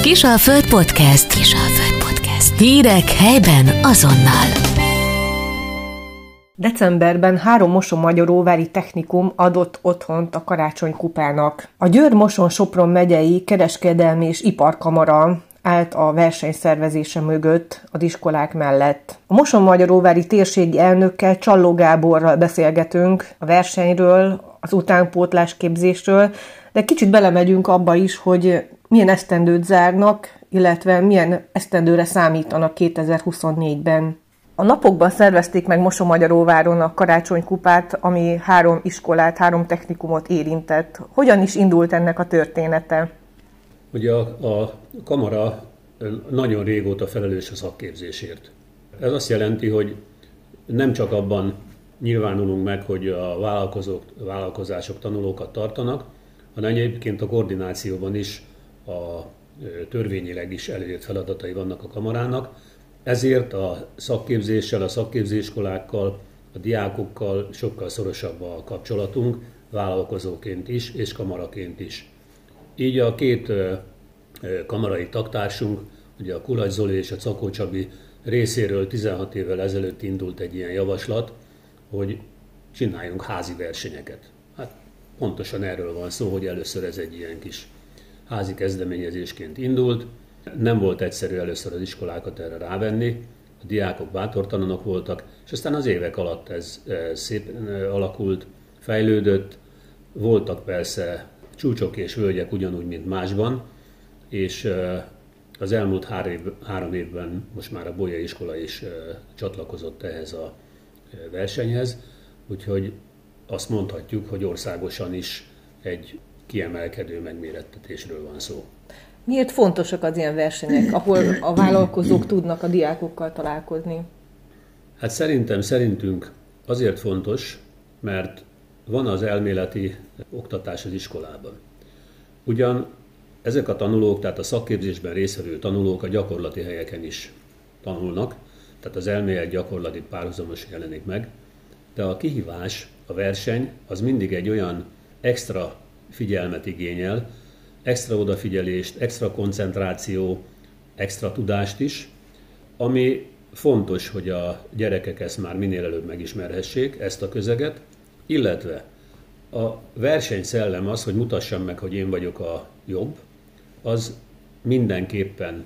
Kisalföld Podcast. Kisalföld Podcast. Hírek helyben azonnal. Decemberben 3 Mosonmagyaróvári technikum adott otthont a karácsonykupának. A Győr-Moson-Sopron megyei kereskedelmi és iparkamara állt a verseny szervezése mögött az iskolák mellett. A Mosonmagyaróvári térségi elnökkel, Csalló Gáborral beszélgetünk a versenyről, az utánpótlás képzésről, de kicsit belemegyünk abba is, hogy milyen esztendőt zárnak, illetve milyen esztendőre számítanak 2024-ben. A napokban szervezték meg Mosonmagyaróváron a karácsonykupát, ami 3 iskolát, 3 technikumot érintett. Hogyan is indult ennek a története? Ugye a kamara nagyon régóta felelős a szakképzésért. Ez azt jelenti, hogy nem csak abban nyilvánulunk meg, hogy a vállalkozások tanulókat tartanak, hanem egyébként a koordinációban is a törvényileg is előírt feladatai vannak a kamarának. Ezért a szakképzéssel, a szakképzésiskolákkal, a diákokkal sokkal szorosabb a kapcsolatunk, vállalkozóként is és kamaraként is. Így a 2 kamarai taktársunk, ugye a Kulacs Zoli és a Czakó Csabi részéről 16 évvel ezelőtt indult egy ilyen javaslat, hogy csináljunk házi versenyeket. Hát pontosan erről van szó, hogy először ez egy ilyen kis házi kezdeményezésként indult. Nem volt egyszerű először az iskolákat erre rávenni, a diákok bátortalanok voltak, és aztán az évek alatt ez szépen alakult, fejlődött. Voltak persze csúcsok és völgyek ugyanúgy, mint másban, és az elmúlt 3 évben most már a Bolyai iskola is csatlakozott ehhez a versenyhez, úgyhogy azt mondhatjuk, hogy országosan is egy kiemelkedő megmérettetésről van szó. Miért fontosak az ilyen versenyek, ahol a vállalkozók tudnak a diákokkal találkozni? Hát szerintünk azért fontos, mert van az elméleti oktatás az iskolában. Ugyan ezek a tanulók, tehát a szakképzésben résztvevő tanulók a gyakorlati helyeken is tanulnak, tehát az elmélet gyakorlati párhuzamos jelenik meg, de a kihívás, a verseny az mindig egy olyan extra figyelmet igényel, extra odafigyelést, extra koncentráció, extra tudást is, ami fontos, hogy a gyerekek ezt már minél előbb megismerhessék, ezt a közeget, illetve a versenyszellem az, hogy mutassam meg, hogy én vagyok a jobb, az mindenképpen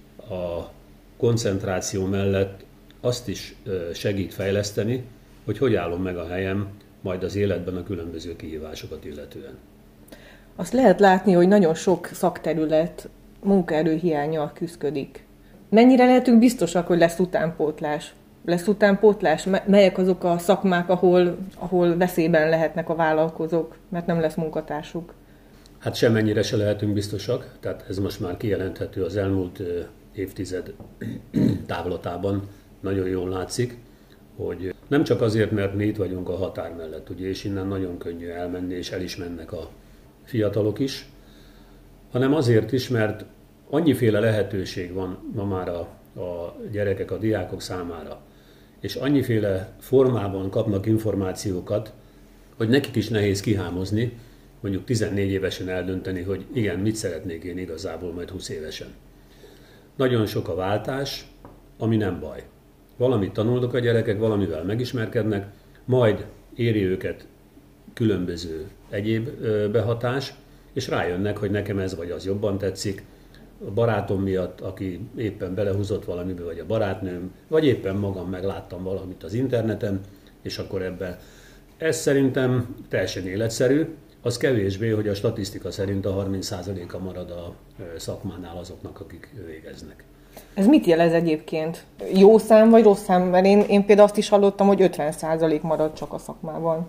a koncentráció mellett azt is segít fejleszteni, hogy állom meg a helyem majd az életben a különböző kihívásokat illetően. Azt lehet látni, hogy nagyon sok szakterület munkaerőhiánnyal küszködik. Mennyire lehetünk biztosak, hogy lesz utánpótlás? Lesz utánpótlás? Melyek azok a szakmák, ahol veszélyben lehetnek a vállalkozók, mert nem lesz munkatársuk? Hát semmennyire se lehetünk biztosak, tehát ez most már kijelenthető az elmúlt évtized távlatában. Nagyon jól látszik, hogy nem csak azért, mert mi itt vagyunk a határ mellett, ugye, és innen nagyon könnyű elmenni, és el is mennek a fiatalok is, hanem azért is, mert annyiféle lehetőség van ma már a gyerekek, a diákok számára, és annyiféle formában kapnak információkat, hogy nekik is nehéz kihámozni, mondjuk 14 évesen eldönteni, hogy igen, mit szeretnék én igazából majd 20 évesen. Nagyon sok a váltás, ami nem baj. Valamit tanulnak a gyerekek, valamivel megismerkednek, majd éri őket különböző egyéb behatás, és rájönnek, hogy nekem ez vagy az jobban tetszik, a barátom miatt, aki éppen belehúzott valamibe, vagy a barátnőm, vagy éppen magam megláttam valamit az interneten, és akkor ebben. Ez szerintem teljesen életszerű, az kevésbé, hogy a statisztika szerint a 30%-a marad a szakmánál azoknak, akik végeznek. Ez mit jelez egyébként? Jó szám vagy rossz szám? Mert én például azt is hallottam, hogy 50% marad csak a szakmában.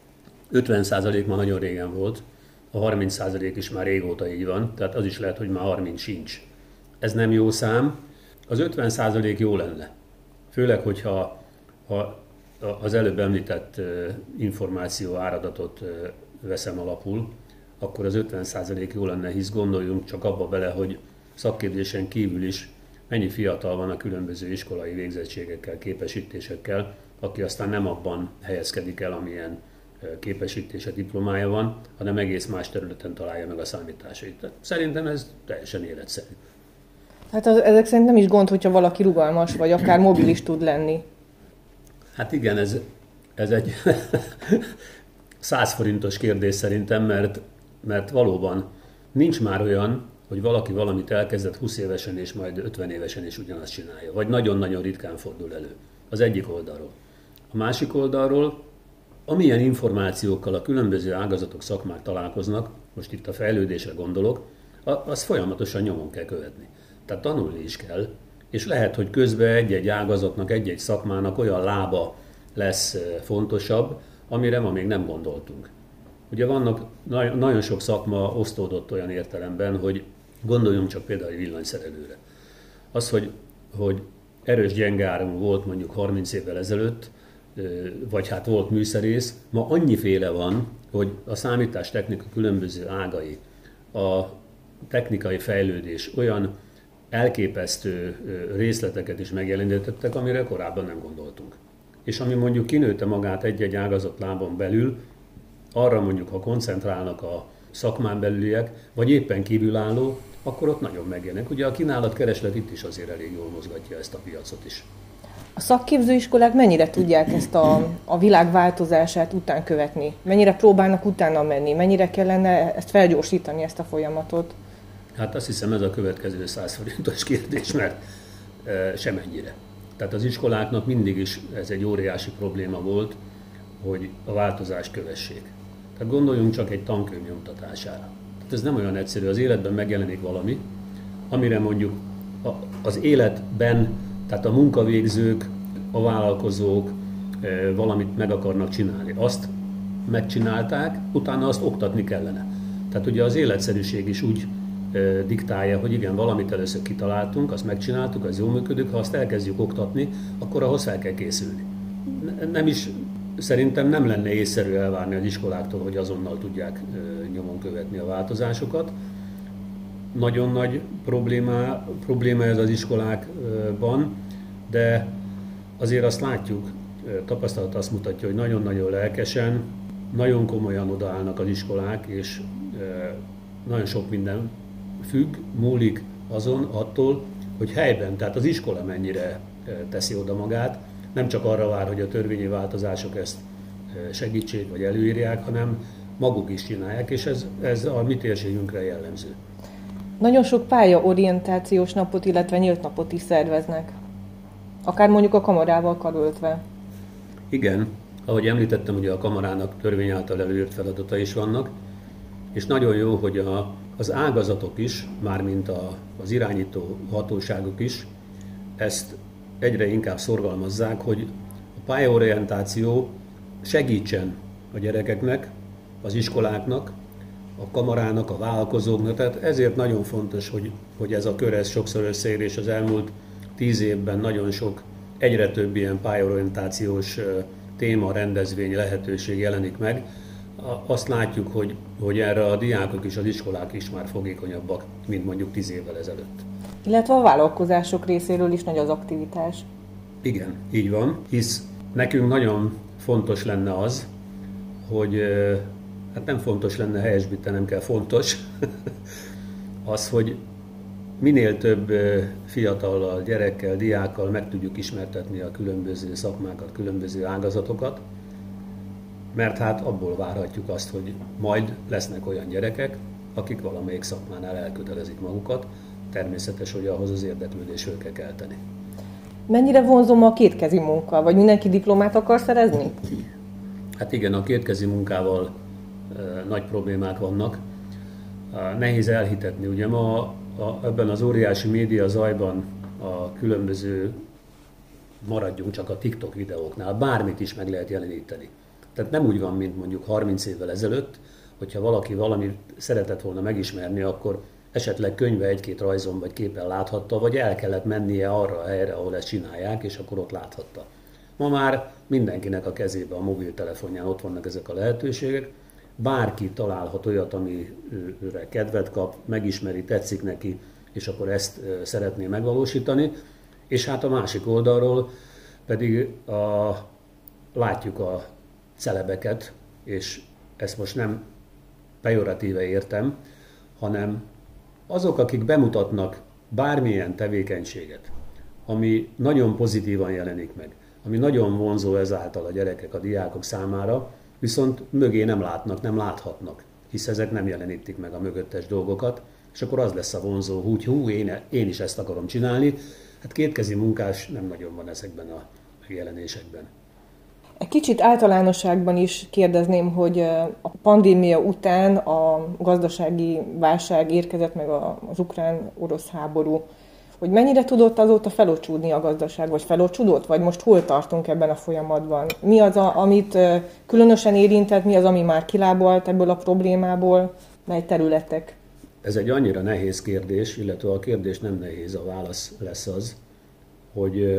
50% már nagyon régen volt, a 30% is már régóta így van, tehát az is lehet, hogy már 30 sincs. Ez nem jó szám, az 50% jó lenne. Főleg, hogyha az előbb említett információ áradatot veszem alapul, akkor az 50% jó lenne, hisz gondoljunk csak abba bele, hogy szakképzésen kívül is mennyi fiatal van a különböző iskolai végzettségekkel, képesítésekkel, aki aztán nem abban helyezkedik el, amilyen képesítése, diplomája van, hanem egész más területen találja meg a számításait. Tehát szerintem ez teljesen életszerű. Hát ezek szerint nem is gond, hogyha valaki rugalmas, vagy akár mobil is tud lenni. Hát igen, ez egy 100 forintos kérdés szerintem, mert valóban nincs már olyan, hogy valaki valamit elkezdett 20 évesen és majd 50 évesen is ugyanazt csinálja. Vagy nagyon-nagyon ritkán fordul elő. Az egyik oldalról. A másik oldalról, amilyen információkkal a különböző ágazatok, szakmák találkoznak, most itt a fejlődésre gondolok, az folyamatosan nyomon kell követni. Tehát tanulni is kell, és lehet, hogy közben egy-egy ágazatnak, egy-egy szakmának olyan lába lesz fontosabb, amire ma még nem gondoltunk. Ugye vannak, nagyon sok szakma osztódott olyan értelemben, hogy gondoljunk csak például egy villanyszerelőre. Az, hogy erős gyenge áram volt mondjuk 30 évvel ezelőtt, vagy hát volt műszerész, ma annyiféle van, hogy a számítástechnika különböző ágai, a technikai fejlődés olyan elképesztő részleteket is megjelenítettek, amire korábban nem gondoltunk. És ami mondjuk kinőtte magát egy-egy ágazat lábon belül, arra mondjuk, ha koncentrálnak a szakmán belüliek, vagy éppen kívülálló, akkor ott nagyon megjelenik. Ugye a kínálat-kereslet itt is azért elég jól mozgatja ezt a piacot is. A szakképzőiskolák mennyire tudják ezt a világ változását után követni? Mennyire próbálnak utána menni? Mennyire kellene ezt felgyorsítani, ezt a folyamatot? Hát azt hiszem ez a következő 100 forintos kérdés, mert semennyire. Tehát az iskoláknak mindig is ez egy óriási probléma volt, hogy a változást kövessék. Tehát gondoljunk csak egy tankönyv nyomtatására. Tehát ez nem olyan egyszerű, az életben megjelenik valami, amire mondjuk az életben, tehát a munkavégzők, a vállalkozók valamit meg akarnak csinálni. Azt megcsinálták, utána azt oktatni kellene. Tehát ugye az életszerűség is úgy diktálja, hogy igen, valamit először kitaláltunk, azt megcsináltuk, az jól működik, ha azt elkezdjük oktatni, akkor ahhoz fel kell készülni. Szerintem nem lenne észszerű elvárni az iskoláktól, hogy azonnal tudják nyomon követni a változásokat. Nagyon nagy probléma ez az iskolákban, de azért azt látjuk, tapasztalat azt mutatja, hogy nagyon-nagyon lelkesen, nagyon komolyan odaállnak az iskolák, és nagyon sok minden függ, múlik attól, hogy helyben, tehát az iskola mennyire teszi oda magát, nem csak arra vár, hogy a törvényi változások ezt segítsék vagy előírják, hanem maguk is csinálják, és ez a mi térségünkre jellemző. Nagyon sok pályaorientációs napot, illetve nyílt napot is szerveznek. Akár mondjuk a kamarával karöltve. Igen, ahogy említettem, ugye a kamarának törvény által előírt feladatai is vannak, és nagyon jó, hogy az ágazatok is, mármint az irányító hatóságok is ezt egyre inkább szorgalmazzák, hogy a pályaorientáció segítsen a gyerekeknek, az iskoláknak, a kamarának, a vállalkozóknak. Tehát ezért nagyon fontos, hogy ez a kör ez sokszor összeér, és az elmúlt 10 évben nagyon sok, egyre több ilyen pályaorientációs téma, rendezvény, lehetőség jelenik meg. Azt látjuk, hogy erre a diákok és az iskolák is már fogékonyabbak, mint mondjuk 10 évvel ezelőtt. Illetve a vállalkozások részéről is nagy az aktivitás. Igen, így van, hisz nekünk nagyon fontos lenne az, hogy, hát nem fontos lenne, helyesbítenem kell, fontos, az, hogy minél több fiatallal, gyerekkel, diákkal meg tudjuk ismertetni a különböző szakmákat, különböző ágazatokat, mert hát abból várhatjuk azt, hogy majd lesznek olyan gyerekek, akik valamelyik szakmánál elkötelezik magukat, természetes, hogy ahhoz az érdeklődést föl kell kelteni. Mennyire vonzom a kétkezi munka? Vagy mindenki diplomát akar szerezni? Hát igen, a kétkezi munkával nagy problémák vannak. Nehéz elhitetni. Ugye ma ebben az óriási média zajban a különböző, maradjunk csak a TikTok videóknál, bármit is meg lehet jeleníteni. Tehát nem úgy van, mint mondjuk 30 évvel ezelőtt, hogyha valaki valamit szeretett volna megismerni, akkor esetleg könyve egy-két rajzon vagy képen láthatta, vagy el kellett mennie arra a helyre, ahol ezt csinálják, és akkor ott láthatta. Ma már mindenkinek a kezében, a mobiltelefonján ott vannak ezek a lehetőségek. Bárki találhat olyat, amire kedvet kap, megismeri, tetszik neki, és akkor ezt szeretné megvalósítani. És hát a másik oldalról pedig látjuk a celebeket, és ezt most nem pejoratíve értem, hanem azok, akik bemutatnak bármilyen tevékenységet, ami nagyon pozitívan jelenik meg, ami nagyon vonzó ezáltal a gyerekek, a diákok számára, viszont mögé nem látnak, nem láthatnak, hisz ezek nem jelenítik meg a mögöttes dolgokat, és akkor az lesz a vonzó, hogy én is ezt akarom csinálni. Hát kétkezi munkás nem nagyon van ezekben a megjelenésekben. Egy kicsit általánosságban is kérdezném, hogy a pandémia után a gazdasági válság érkezett, meg az ukrán-orosz háború, hogy mennyire tudott azóta felocsúdni a gazdaság, vagy felocsúdott, vagy most hol tartunk ebben a folyamatban? Mi az, amit különösen érintett, mi az, ami már kilábalt ebből a problémából, mely területek? Ez egy annyira nehéz kérdés, illetve a kérdés nem nehéz, a válasz lesz az, hogy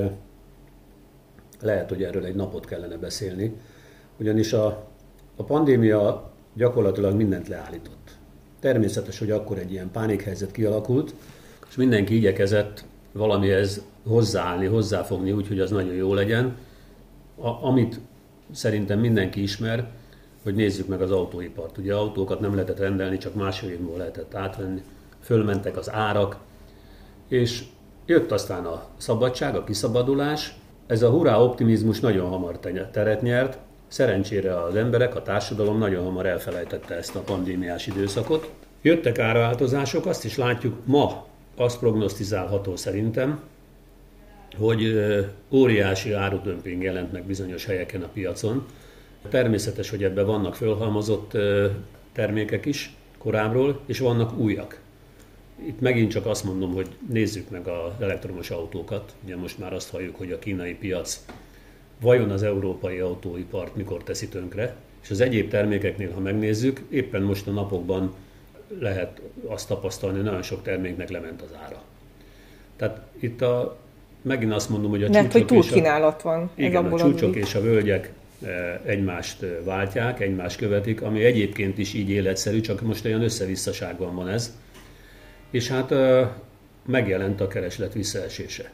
lehet, hogy erről egy napot kellene beszélni, ugyanis a pandémia gyakorlatilag mindent leállított. Természetes, hogy akkor egy ilyen pánikhelyzet kialakult, és mindenki igyekezett valamihez hozzáállni, hozzáfogni úgy, hogy az nagyon jó legyen. Amit szerintem mindenki ismer, hogy nézzük meg az autóipart. Ugye autókat nem lehetett rendelni, csak másfél évből lehetett átvenni, fölmentek az árak, és jött aztán a szabadság, a kiszabadulás. Ez a hurrá optimizmus nagyon hamar teret nyert, szerencsére az emberek, a társadalom nagyon hamar elfelejtette ezt a pandémiás időszakot. Jöttek árváltozások, azt is látjuk, ma azt prognosztizálható szerintem, hogy óriási árudömping jelent meg bizonyos helyeken a piacon. Természetes, hogy ebben vannak fölhalmozott termékek is korábbról, és vannak újak. Itt megint csak azt mondom, hogy nézzük meg az elektromos autókat. Ugye most már azt halljuk, hogy a kínai piac vajon az európai autóipart mikor teszi tönkre, és az egyéb termékeknél, ha megnézzük, éppen most a napokban lehet azt tapasztalni, hogy nagyon sok terméknek lement az ára. Tehát itt megint azt mondom, hogy a mert csúcsok, hogy túlkínálat van. Igen, a csúcsok és a völgyek egymást váltják, egymást követik, ami egyébként is így életszerű, csak most olyan összevisszaságban van ez. És hát megjelent a kereslet visszaesése.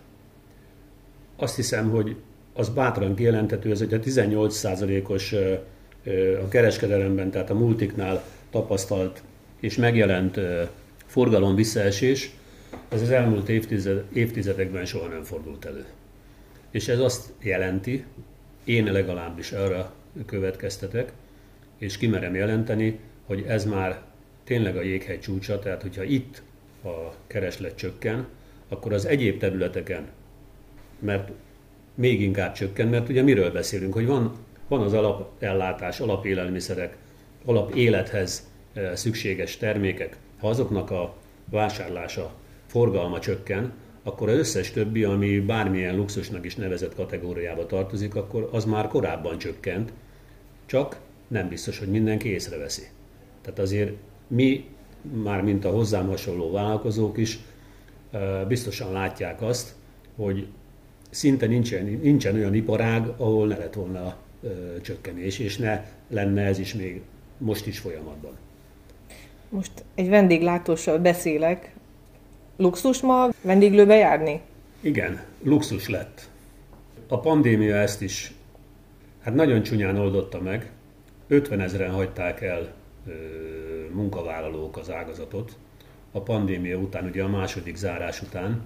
Azt hiszem, hogy az bátran kijelentető, ez, hogy a 18%-os a kereskedelemben, tehát a multiknál tapasztalt és megjelent forgalom visszaesés, ez az elmúlt évtizedekben soha nem fordult elő. És ez azt jelenti, én legalábbis arra következtetek, és kimerem jelenteni, hogy ez már tényleg a jéghegy csúcsa, tehát hogyha itt a kereslet csökken, akkor az egyéb területeken, mert még inkább csökken, mert ugye miről beszélünk, hogy van az alapellátás, alapélelmiszerek, alapélethez szükséges termékek, ha azoknak a vásárlása, forgalma csökken, akkor az összes többi, ami bármilyen luxusnak is nevezett kategóriába tartozik, akkor az már korábban csökkent, csak nem biztos, hogy mindenki észreveszi. Tehát azért mi, már mint a hozzám hasonló vállalkozók is, biztosan látják azt, hogy szinte nincsen olyan iparág, ahol ne lett volna csökkenés, és ne lenne ez is még most is folyamatban. Most egy vendéglátóssal beszélek. Luxus ma vendéglőbe járni? Igen, luxus lett. A pandémia ezt is hát nagyon csúnyán oldotta meg. 50 000-en hagyták el munkavállalók az ágazatot a pandémia után, ugye a második zárás után,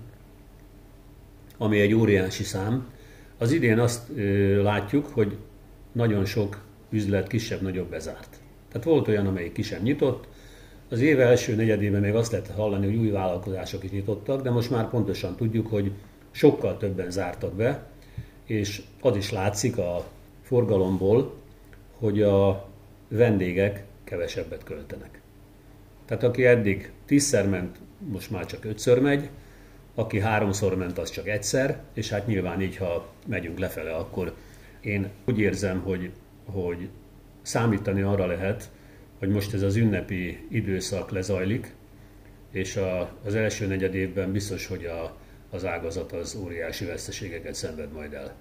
ami egy óriási szám. Az idén azt látjuk, hogy nagyon sok üzlet kisebb-nagyobb bezárt. Tehát volt olyan, amelyik ki sem nyitott. Az év első negyedében még azt lehet hallani, hogy új vállalkozások is nyitottak, de most már pontosan tudjuk, hogy sokkal többen zártak be, és az is látszik a forgalomból, hogy a vendégek kevesebbet költenek. Tehát aki eddig 10-szer ment, most már csak 5-ször megy, aki 3-szor ment, az csak egyszer, és hát nyilván így, ha megyünk lefele, akkor én úgy érzem, hogy számítani arra lehet, hogy most ez az ünnepi időszak lezajlik, és az első negyed évben biztos, hogy az ágazat az óriási veszteségeket szenved majd el.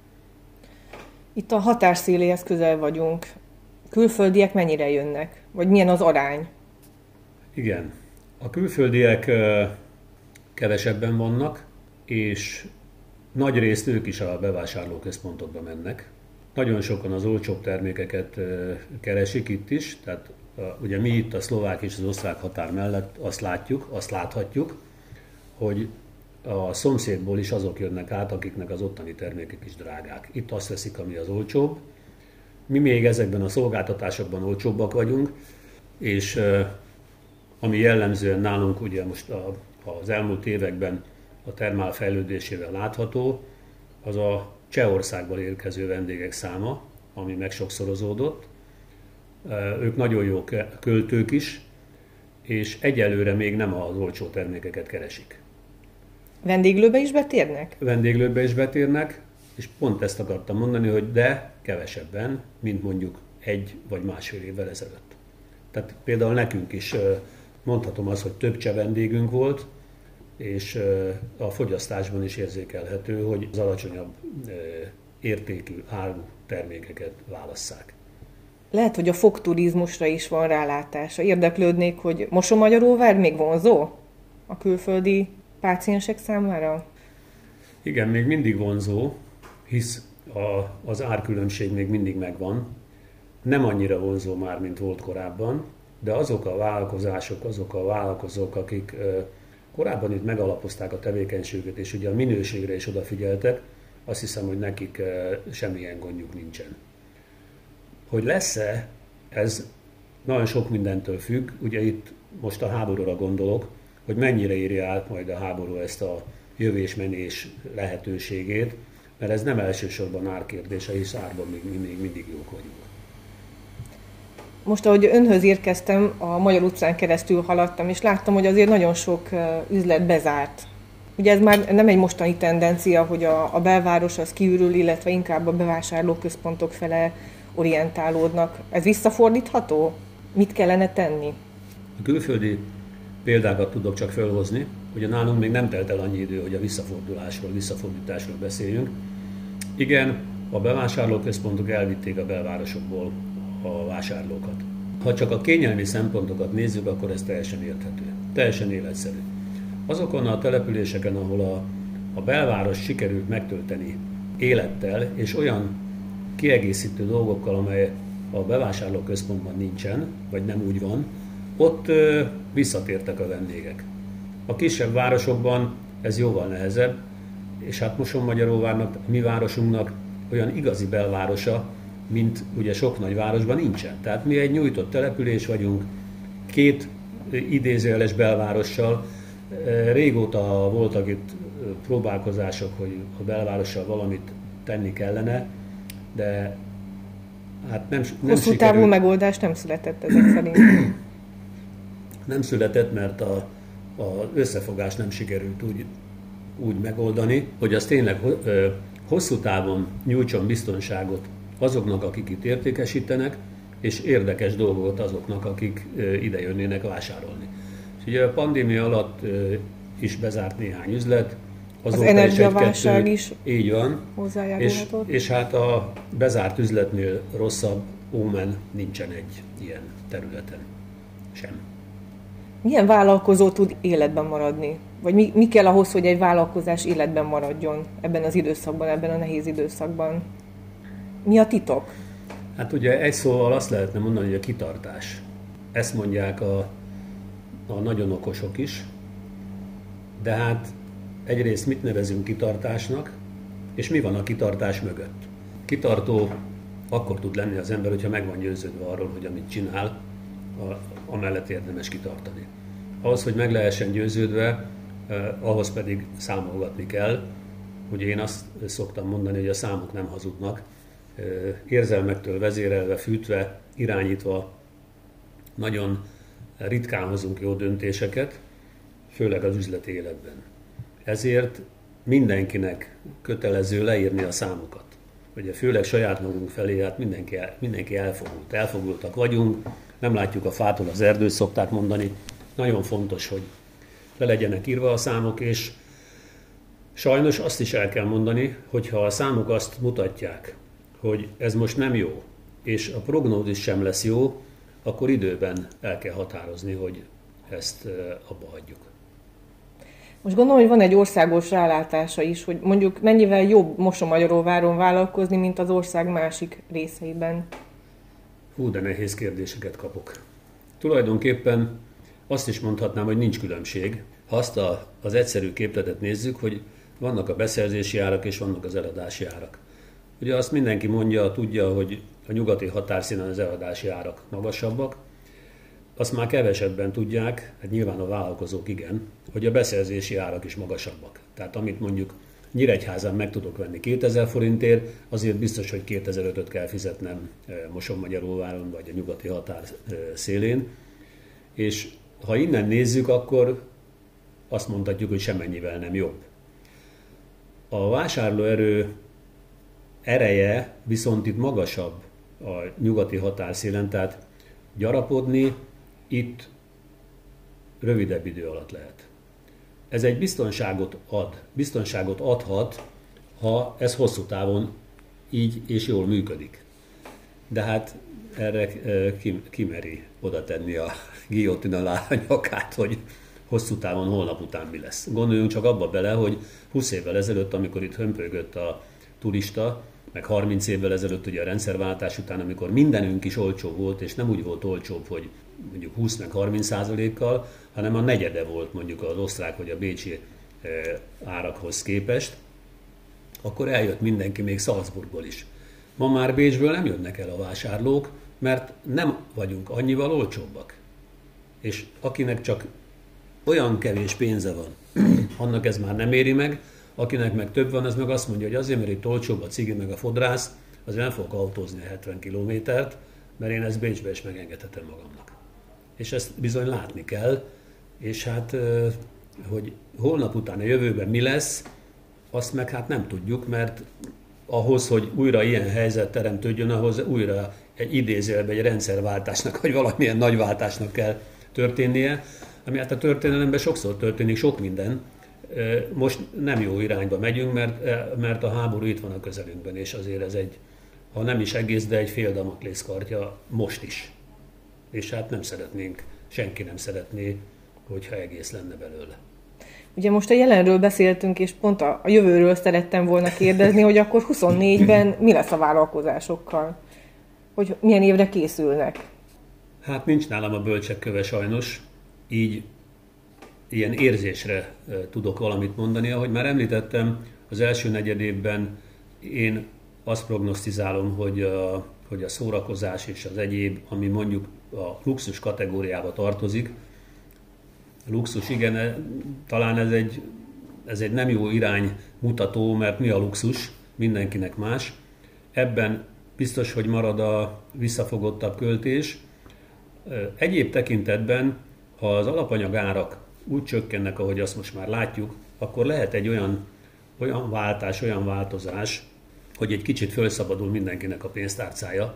Itt a határszéléhez közel vagyunk. Külföldiek mennyire jönnek? Vagy milyen az arány? Igen. A külföldiek kevesebben vannak, és nagy részt ők is a bevásárlóközpontokba mennek. Nagyon sokan az olcsóbb termékeket keresik itt is, tehát ugye mi itt a szlovák és az osztrák határ mellett azt láthatjuk, hogy a szomszédból is azok jönnek át, akiknek az ottani termékek is drágák. Itt azt veszik, ami az olcsóbb. Mi még ezekben a szolgáltatásokban olcsóbbak vagyunk, és ami jellemzően nálunk ugye most az elmúlt években a termál fejlődésével látható, az a Csehországból érkező vendégek száma, ami megsokszorozódott. Ők nagyon jó költők is, és egyelőre még nem az olcsó termékeket keresik. Vendéglőbe is betérnek? Vendéglőbe is betérnek, és pont ezt akartam mondani, hogy de kevesebben, mint mondjuk 1 vagy másfél évvel ezelőtt. Tehát például nekünk is mondhatom azt, hogy több cseh vendégünk volt, és a fogyasztásban is érzékelhető, hogy az alacsonyabb értékű áru termékeket válasszák. Lehet, hogy a fogturizmusra is van rálátása. Érdeklődnék, hogy Mosonmagyaróvár még vonzó a külföldi páciensek számára? Igen, még mindig vonzó, hisz az árkülönbség még mindig megvan. Nem annyira vonzó már, mint volt korábban, de azok a vállalkozások, azok a vállalkozók, akik korábban itt megalapozták a tevékenységüket, és ugye a minőségre is odafigyeltek, azt hiszem, hogy nekik semmilyen gondjuk nincsen. Hogy lesz-e, ez nagyon sok mindentől függ, ugye itt most a háborúra gondolok, hogy mennyire írja át majd a háború ezt a jövés-menés lehetőségét, mert ez nem elsősorban árkérdése, hisz árban még mindig jók vagyunk. Most, ahogy önhöz érkeztem, a Magyar utcán keresztül haladtam, és láttam, hogy azért nagyon sok üzlet bezárt. Ugye ez már nem egy mostani tendencia, hogy a belváros az kiürül, illetve inkább a bevásárlóközpontok fele orientálódnak. Ez visszafordítható? Mit kellene tenni? A külföldi példákat tudok csak felhozni. Ugye nálunk még nem telt el annyi idő, hogy a visszafordításról beszéljünk. Igen, a bevásárlóközpontok elvitték a belvárosokból a vásárlókat. Ha csak a kényelmi szempontokat nézzük, akkor ez teljesen érthető, teljesen életszerű. Azokon a településeken, ahol a belváros sikerült megtölteni élettel és olyan kiegészítő dolgokkal, amely a bevásárlóközpontban nincsen, vagy nem úgy van, ott visszatértek a vendégek. A kisebb városokban ez jóval nehezebb, és hát Mosonmagyaróvárnak, mi városunknak olyan igazi belvárosa, mint ugye sok nagyvárosban nincsen. Tehát mi egy nyújtott település vagyunk, 2 idézőjeles belvárossal. Régóta voltak itt próbálkozások, hogy a belvárossal valamit tenni kellene, de hát nem hosszú sikerült. távú megoldás nem született ezek szerint. Nem született, mert az összefogást nem sikerült úgy megoldani, hogy az tényleg hosszú távon nyújtson biztonságot azoknak, akik itt értékesítenek, és érdekes dolgot azoknak, akik ide jönnének vásárolni. És ugye a pandémia alatt is bezárt néhány üzlet. Az energiaválság is így van, hozzájárulhatott. és hát a bezárt üzletnél rosszabb ómen nincsen egy ilyen területen sem. Milyen vállalkozó tud életben maradni? Vagy mi kell ahhoz, hogy egy vállalkozás életben maradjon ebben az időszakban, ebben a nehéz időszakban? Mi a titok? Hát ugye egy szóval azt lehetne mondani, hogy a kitartás. Ezt mondják a nagyon okosok is, de hát egyrészt mit nevezünk kitartásnak, és mi van a kitartás mögött? Kitartó akkor tud lenni az ember, hogyha meg van győződve arról, hogy amit csinál, amellett érdemes kitartani. Ahhoz, hogy meg lehessen győződve, ahhoz pedig számolgatni kell. Ugye én azt szoktam mondani, hogy a számok nem hazudnak. Érzelmektől vezérelve, fűtve, irányítva nagyon ritkán hozunk jó döntéseket, főleg az üzleti életben. Ezért mindenkinek kötelező leírni a számokat. Ugye főleg saját magunk felé, hát mindenki elfogult. Elfogultak vagyunk, nem látjuk a fától az erdőt, szokták mondani. Nagyon fontos, hogy le legyenek írva a számok, és sajnos azt is el kell mondani, hogy ha a számok azt mutatják, hogy ez most nem jó, és a prognózis sem lesz jó, akkor időben el kell határozni, hogy ezt abba hagyjuk. Most gondolom, hogy van egy országos rálátása is, hogy mondjuk mennyivel jobb Mosonmagyaróváron vállalkozni, mint az ország másik részeiben. Hú, de nehéz kérdéseket kapok. Tulajdonképpen azt is mondhatnám, hogy nincs különbség. azt az egyszerű képletet nézzük, hogy vannak a beszerzési árak és vannak az eladási árak. Ugye azt mindenki mondja, tudja, hogy a nyugati határszínen az eladási árak magasabbak, azt már kevesebben tudják, hát nyilván a vállalkozók igen, hogy a beszerzési árak is magasabbak. Tehát amit mondjuk Nyíregyházán meg tudok venni 2000 forintért, azért biztos, hogy 2005-öt kell fizetnem Mosonmagyaróváron vagy a nyugati határ szélén. És ha innen nézzük, akkor azt mondhatjuk, hogy semennyivel nem jobb. A vásárlóerő ereje viszont itt magasabb a nyugati határszélen, tehát gyarapodni itt rövidebb idő alatt lehet. Ez egy biztonságot adhat, ha ez hosszú távon így és jól működik. De hát erre kimeri oda tenni a guillotine alá a nyakát, hogy hosszú távon holnap után mi lesz. Gondoljunk csak abba bele, hogy 20 évvel ezelőtt, amikor itt hömpölygött a turista, meg 30 évvel ezelőtt ugye a rendszerváltás után, amikor mindenünk is olcsó volt, és nem úgy volt olcsóbb, hogy mondjuk 20 meg 30%-kal, hanem a negyede volt mondjuk az osztrák vagy a bécsi árakhoz képest, akkor eljött mindenki még Salzburgból is. Ma már Bécsből nem jönnek el a vásárlók, mert nem vagyunk annyival olcsóbbak. És akinek csak olyan kevés pénze van, annak ez már nem éri meg, akinek meg több van, az meg azt mondja, hogy azért, mert itt olcsóbb a cigi meg a fodrász, azért nem fogok autózni a 70 kilométert, mert én ezt Bécsbe is megengedhetem magamnak. És ezt bizony látni kell, és hát, hogy holnap után a jövőben mi lesz, azt meg hát nem tudjuk, mert ahhoz, hogy újra ilyen helyzet teremtődjön, ahhoz újra egy idézőjelben egy rendszerváltásnak, vagy valamilyen nagyváltásnak kell történnie, ami hát a történelemben sokszor történik, sok minden. Most nem jó irányba megyünk, mert a háború itt van a közelünkben, és azért ez egy, ha nem is egész, de egy fél Damoklész-kardja most is. És hát nem szeretnénk, senki nem szeretné, hogyha egész lenne belőle. Ugye most a jelenről beszéltünk, és pont a jövőről szerettem volna kérdezni, hogy akkor 24-ben mi lesz a vállalkozásokkal? Hogy milyen évre készülnek? Hát nincs nálam a bölcsek köve sajnos, így ilyen érzésre tudok valamit mondani. Ahogy már említettem, az első negyedévben én azt prognosztizálom, hogy a szórakozás és az egyéb, ami mondjuk a luxus kategóriába tartozik, luxus, igen, talán ez egy nem jó iránymutató, mert mi a luxus, mindenkinek más. Ebben biztos, hogy marad a visszafogottabb költés. Egyéb tekintetben, ha az alapanyag árak úgy csökkennek, ahogy azt most már látjuk, akkor lehet egy olyan váltás, olyan változás, hogy egy kicsit felszabadul mindenkinek a pénztárcája.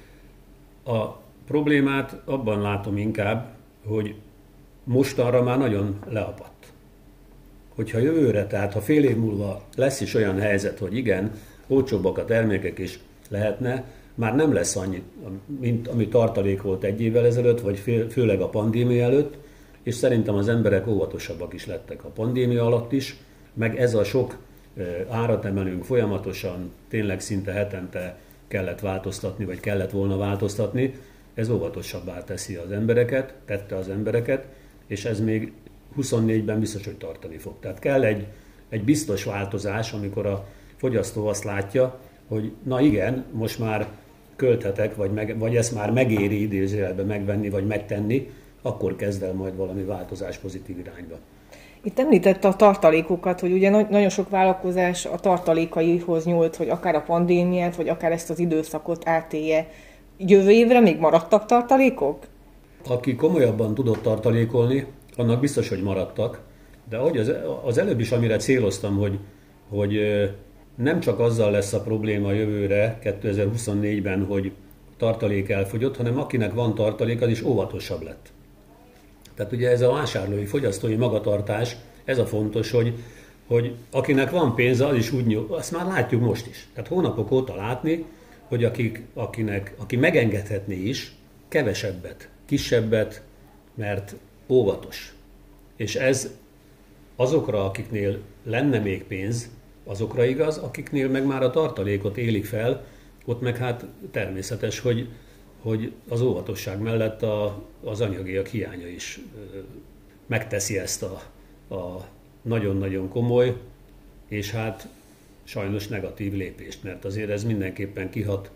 A problémát abban látom inkább, hogy mostanra már nagyon leapadt. Hogyha jövőre, tehát ha fél év múlva lesz is olyan helyzet, hogy igen, olcsóbbak a termékek is lehetne, már nem lesz annyi, mint ami tartalék volt egy évvel ezelőtt, vagy főleg a pandémia előtt, és szerintem az emberek óvatosabbak is lettek a pandémia alatt is, meg ez a sok árat emelünk folyamatosan, tényleg szinte hetente kellett változtatni, vagy kellett volna változtatni, ez óvatosabbá teszi az embereket, tette az embereket, és ez még 24-ben biztos, hogy tartani fog. Tehát kell egy biztos változás, amikor a fogyasztó azt látja, hogy na igen, most már költhetek, vagy ezt már megéri idézőjelben megvenni, vagy megtenni, akkor kezd el majd valami változás pozitív irányba. Itt említette a tartalékokat, hogy ugye nagyon sok vállalkozás a tartalékaihoz nyúlt, hogy akár a pandémiát, vagy akár ezt az időszakot átélje. Jövő évre még maradtak tartalékok? Aki komolyabban tudott tartalékolni, annak biztos, hogy maradtak, de ahogy az előbb is, amire céloztam, hogy nem csak azzal lesz a probléma jövőre, 2024-ben, hogy tartalék elfogyott, hanem akinek van tartalék, az is óvatosabb lett. Tehát ugye ez a vásárlói, fogyasztói magatartás, ez a fontos, hogy akinek van pénze, az is úgy azt már látjuk most is. Tehát hónapok óta látni, hogy aki megengedhetné is, kevesebbet, kisebbet, mert óvatos. És ez azokra, akiknél lenne még pénz, azokra igaz, akiknél meg már a tartalékot élik fel, ott meg hát természetes, hogy az óvatosság mellett az anyagiak hiánya is megteszi ezt a nagyon-nagyon komoly, és hát sajnos negatív lépést, mert azért ez mindenképpen kihat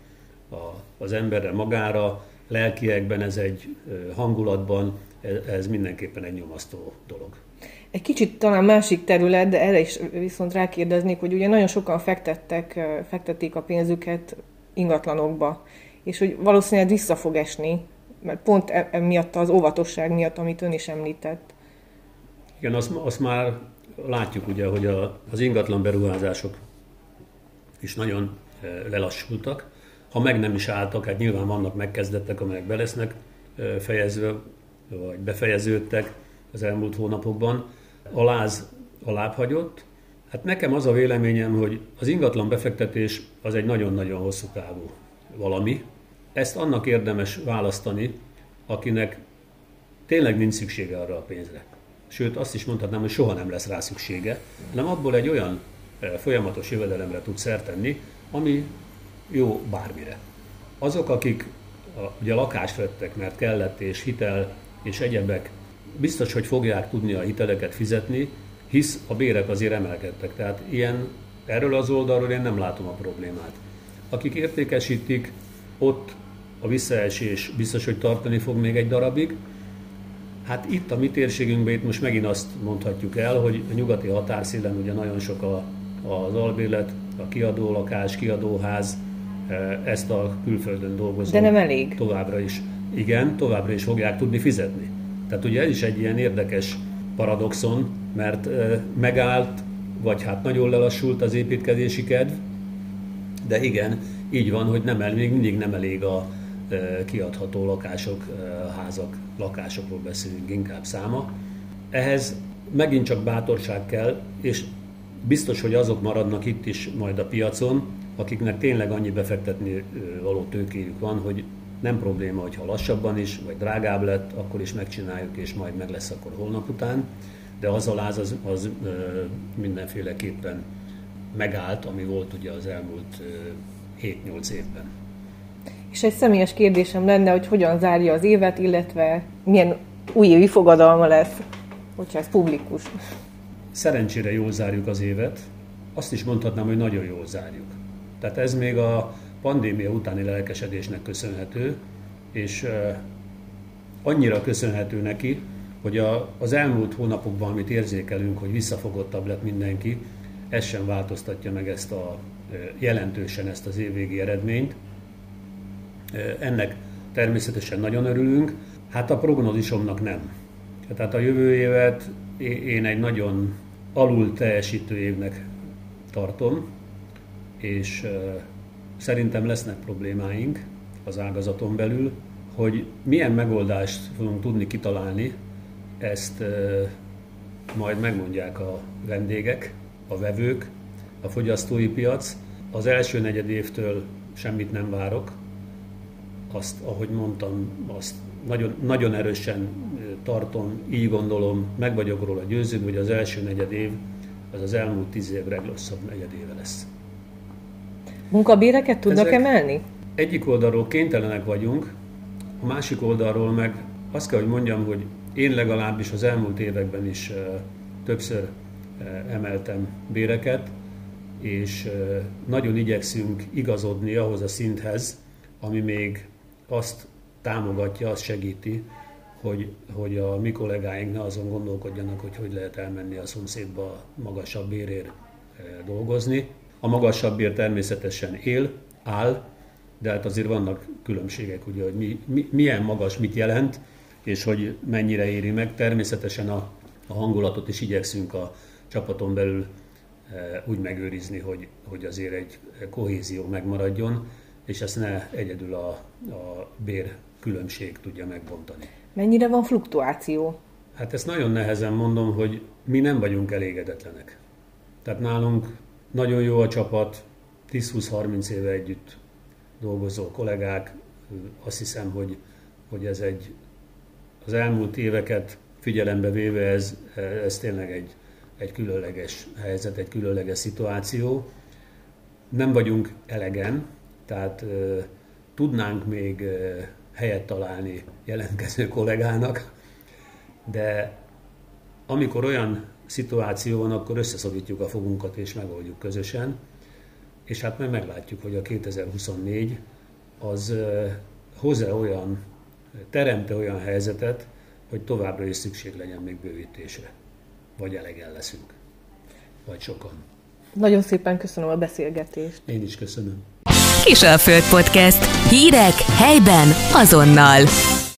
az emberre magára, lelkiekben ez egy hangulatban, ez mindenképpen egy nyomasztó dolog. Egy kicsit talán másik terület, de erre is viszont rákérdeznék, hogy ugye nagyon sokan fektették a pénzüket ingatlanokba, és hogy valószínűleg vissza fog esni, mert pont emiatt az óvatosság miatt, amit ön is említett. Igen, azt már látjuk ugye, hogy az ingatlan beruházások is nagyon lelassultak. Ha meg nem is álltak, hát nyilván vannak megkezdettek, amelyek be lesznek fejezve, vagy befejeződtek az elmúlt hónapokban. A láz alább hagyott. Hát nekem az a véleményem, hogy az ingatlan befektetés az egy nagyon-nagyon hosszú távú valami. Ezt annak érdemes választani, akinek tényleg nincs szüksége arra a pénzre. Sőt, azt is mondhatnám, hogy soha nem lesz rá szüksége, hanem abból egy olyan folyamatos jövedelemre tud szert tenni, ami jó bármire. Azok, akik ugye lakást vettek, mert kellett, és hitel és egyebek, biztos, hogy fogják tudni a hiteleket fizetni, hisz a bérek azért emelkedtek. Tehát erről az oldalról én nem látom a problémát. Akik értékesítik, ott a visszaesés biztos, hogy tartani fog még egy darabig. Hát itt a mi térségünkben itt most megint azt mondhatjuk el, hogy a nyugati határszélen ugye nagyon sok az albérlet, a kiadó lakás, kiadóház, ezt a külföldön dolgozók. De nem elég. Továbbra is. Igen, továbbra is fogják tudni fizetni. Tehát ugye ez is egy ilyen érdekes paradoxon, mert megállt, vagy hát nagyon lelassult az építkezési kedv, de igen, így van, hogy még mindig nem elég a kiadható lakások, házak, lakásokról beszélünk inkább száma. Ehhez megint csak bátorság kell, és biztos, hogy azok maradnak itt is majd a piacon, akiknek tényleg annyi befektetni való tőkéjük van, hogy nem probléma, hogyha lassabban is, vagy drágább lett, akkor is megcsináljuk, és majd meg lesz akkor holnap után. De az a láz az mindenféleképpen megállt, ami volt ugye az elmúlt 7-8 évben. És egy személyes kérdésem lenne, hogy hogyan zárja az évet, illetve milyen újévi fogadalma lesz, hogyha ez publikus. Szerencsére jól zárjuk az évet. Azt is mondhatnám, hogy nagyon jól zárjuk. Tehát ez még a pandémia utáni lelkesedésnek köszönhető, és annyira köszönhető neki, hogy az elmúlt hónapokban, amit érzékelünk, hogy visszafogottabb lett mindenki, ez sem változtatja meg jelentősen ezt az évvégi eredményt. Ennek természetesen nagyon örülünk, hát a prognózisomnak nem. Tehát a jövő évet én egy nagyon alul teljesítő évnek tartom, és szerintem lesznek problémáink az ágazaton belül, hogy milyen megoldást fogunk tudni kitalálni, ezt majd megmondják a vendégek, a vevők, a fogyasztói piac. Az első negyedévtől semmit nem várok, azt, ahogy mondtam, azt nagyon, nagyon erősen tartom, így gondolom, meg vagyok róla győződve, hogy az első negyedév az elmúlt 10 év legrosszabb negyedéve lesz. Munkabéreket tudnak emelni? Egyik oldalról kénytelenek vagyunk, a másik oldalról meg azt kell, hogy mondjam, hogy én legalábbis az elmúlt években is többször emeltem béreket, és nagyon igyekszünk igazodni ahhoz a szinthez, ami még azt támogatja, azt segíti, hogy a mi kollégáink ne azon gondolkodjanak, hogy lehet elmenni a szomszédba magasabb bérért dolgozni. A magasabb bér természetesen áll, de hát azért vannak különbségek, ugye, hogy milyen magas mit jelent, és hogy mennyire éri meg. Természetesen a hangulatot is igyekszünk a csapaton belül úgy megőrizni, hogy azért egy kohézió megmaradjon, és ezt ne egyedül a bér különbség tudja megbontani. Mennyire van fluktuáció? Hát ezt nagyon nehezen mondom, hogy mi nem vagyunk elégedetlenek. Tehát nálunk nagyon jó a csapat, 10-20-30 éve együtt dolgozó kollégák. Azt hiszem, hogy ez az elmúlt éveket figyelembe véve ez tényleg egy különleges helyzet, egy különleges szituáció. Nem vagyunk elegen, tehát tudnánk még helyet találni jelentkező kollégának, de amikor olyan szituáció van, akkor összeszorítjuk a fogunkat és megoldjuk közösen. És hát meg meglátjuk, hogy a 2024 az teremte olyan helyzetet, hogy továbbra is szükség legyen még bővítésre. Vagy elegen leszünk. Vagy sokan. Nagyon szépen köszönöm a beszélgetést. Én is köszönöm. Kisalföld Podcast. Hírek helyben azonnal.